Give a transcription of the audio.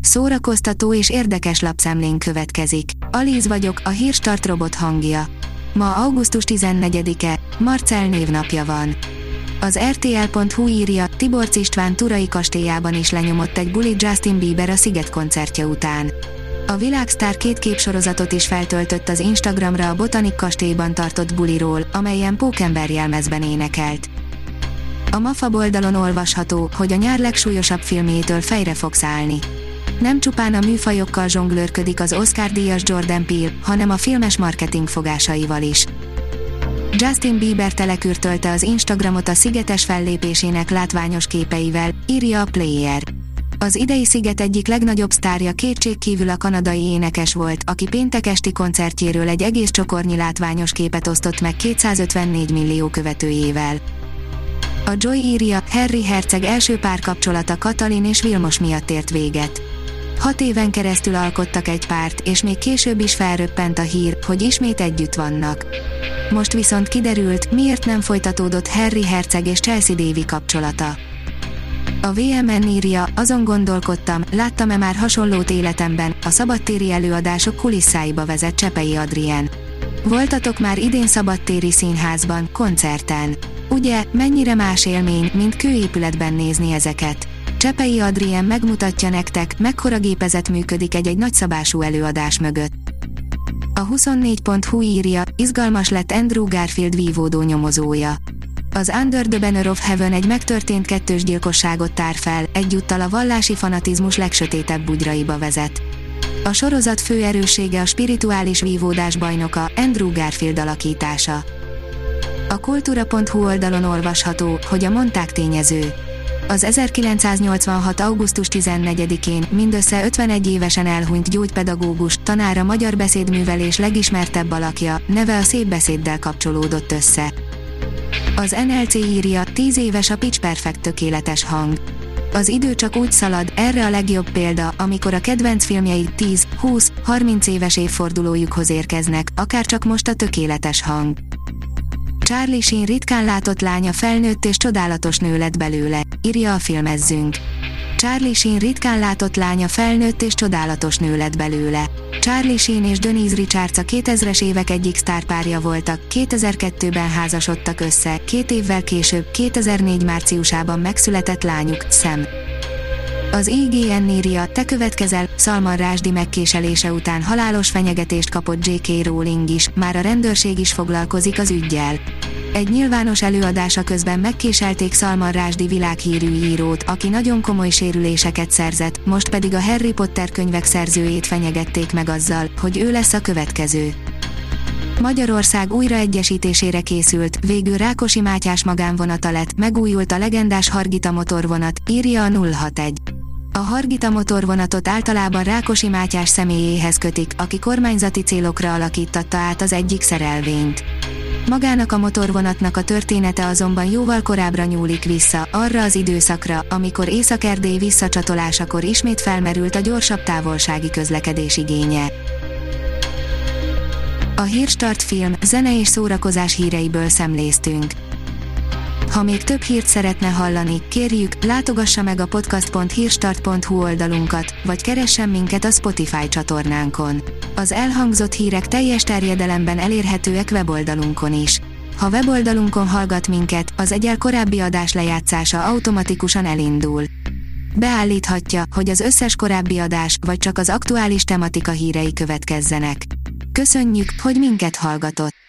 Szórakoztató és érdekes lapszemlén következik. Alíz vagyok, a Hírstart robot hangja. Ma augusztus 14-e, Marcell névnapja van. Az RTL.hu írja, Tiborcs István turai kastélyában is lenyomott egy bulit Justin Bieber a Sziget koncertje után. A világsztár 2 képsorozatot is feltöltött az Instagramra a Botanik kastélyban tartott buliról, amelyen pókember jelmezben énekelt. A Mafab oldalon olvasható, hogy a nyár legsúlyosabb filmjétől fejre fogsz állni. Nem csupán a műfajokkal zsonglőrködik az Oscar-díjas Jordan Peele, hanem a filmes marketing fogásaival is. Justin Bieber telekürtölte az Instagramot a szigetes fellépésének látványos képeivel, írja a Player. Az idei Sziget egyik legnagyobb sztárja kétségkívül a kanadai énekes volt, aki péntek esti koncertjéről egy egész csokornyi látványos képet osztott meg 254 millió követőjével. A Joy írja, Harry herceg első párkapcsolata Katalin és Vilmos miatt ért véget. 6 éven keresztül alkottak egy párt, és még később is felröppent a hír, hogy ismét együtt vannak. Most viszont kiderült, miért nem folytatódott Harry herceg és Chelsea Davy kapcsolata. A VMN írja, azon gondolkodtam, láttam-e már hasonlót életemben, a szabadtéri előadások kulisszáiba vezet Csepei Adrien. Voltatok már idén szabadtéri színházban, koncerten. Ugye, mennyire más élmény, mint kőépületben nézni ezeket. Csepei Adrien megmutatja nektek, mekkora gépezet működik egy nagyszabású előadás mögött. A 24.hu írja, izgalmas lett Andrew Garfield vívódó nyomozója. Az Under the Banner of Heaven egy megtörtént kettős gyilkosságot tár fel, egyúttal a vallási fanatizmus legsötétebb bugyraiba vezet. A sorozat fő erőssége a spirituális vívódás bajnoka, Andrew Garfield alakítása. A kultúra.hu oldalon olvasható, hogy a mondták tényező. Az 1986. augusztus 14-én mindössze 51 évesen elhunyt gyógypedagógus, tanár a magyar beszédművelés legismertebb alakja, neve a szép beszéddel kapcsolódott össze. Az NLC írja, 10 éves a Pitch Perfect tökéletes hang. Az idő csak úgy szalad, erre a legjobb példa, amikor a kedvenc filmjeik 10, 20, 30 éves évfordulójukhoz érkeznek, akár csak most a tökéletes hang. Charlie Sheen ritkán látott lánya felnőtt és csodálatos nő lett belőle, írja a Filmezzünk. Charlie Sheen ritkán látott lánya felnőtt és csodálatos nő lett belőle. Charlie Sheen és Denise Richards a 2000-es évek egyik sztárpárja voltak, 2002-ben házasodtak össze, 2 évvel később, 2004 márciusában megszületett lányuk, Sam. Az IGN írja, te következel, Salman Rushdie megkéselése után halálos fenyegetést kapott J.K. Rowling is, már a rendőrség is foglalkozik az üggyel. Egy nyilvános előadása közben megkéselték Salman Rushdie világhírű írót, aki nagyon komoly sérüléseket szerzett, most pedig a Harry Potter könyvek szerzőjét fenyegették meg azzal, hogy ő lesz a következő. Magyarország újraegyesítésére készült, végül Rákosi Mátyás magánvonata lett, megújult a legendás Hargita motorvonat, írja a 061. A Hargita motorvonatot általában Rákosi Mátyás személyéhez kötik, aki kormányzati célokra alakíttatta át az egyik szerelvényt. Magának a motorvonatnak a története azonban jóval korábbra nyúlik vissza, arra az időszakra, amikor Észak-Erdély visszacsatolásakor ismét felmerült a gyorsabb távolsági közlekedés igénye. A Hírstart film, zene és szórakozás híreiből szemléztünk. Ha még több hírt szeretne hallani, kérjük, látogassa meg a podcast.hírstart.hu oldalunkat, vagy keressen minket a Spotify csatornánkon. Az elhangzott hírek teljes terjedelemben elérhetőek weboldalunkon is. Ha weboldalunkon hallgat minket, az egyel korábbi adás lejátszása automatikusan elindul. Beállíthatja, hogy az összes korábbi adás, vagy csak az aktuális tematika hírei következzenek. Köszönjük, hogy minket hallgatott!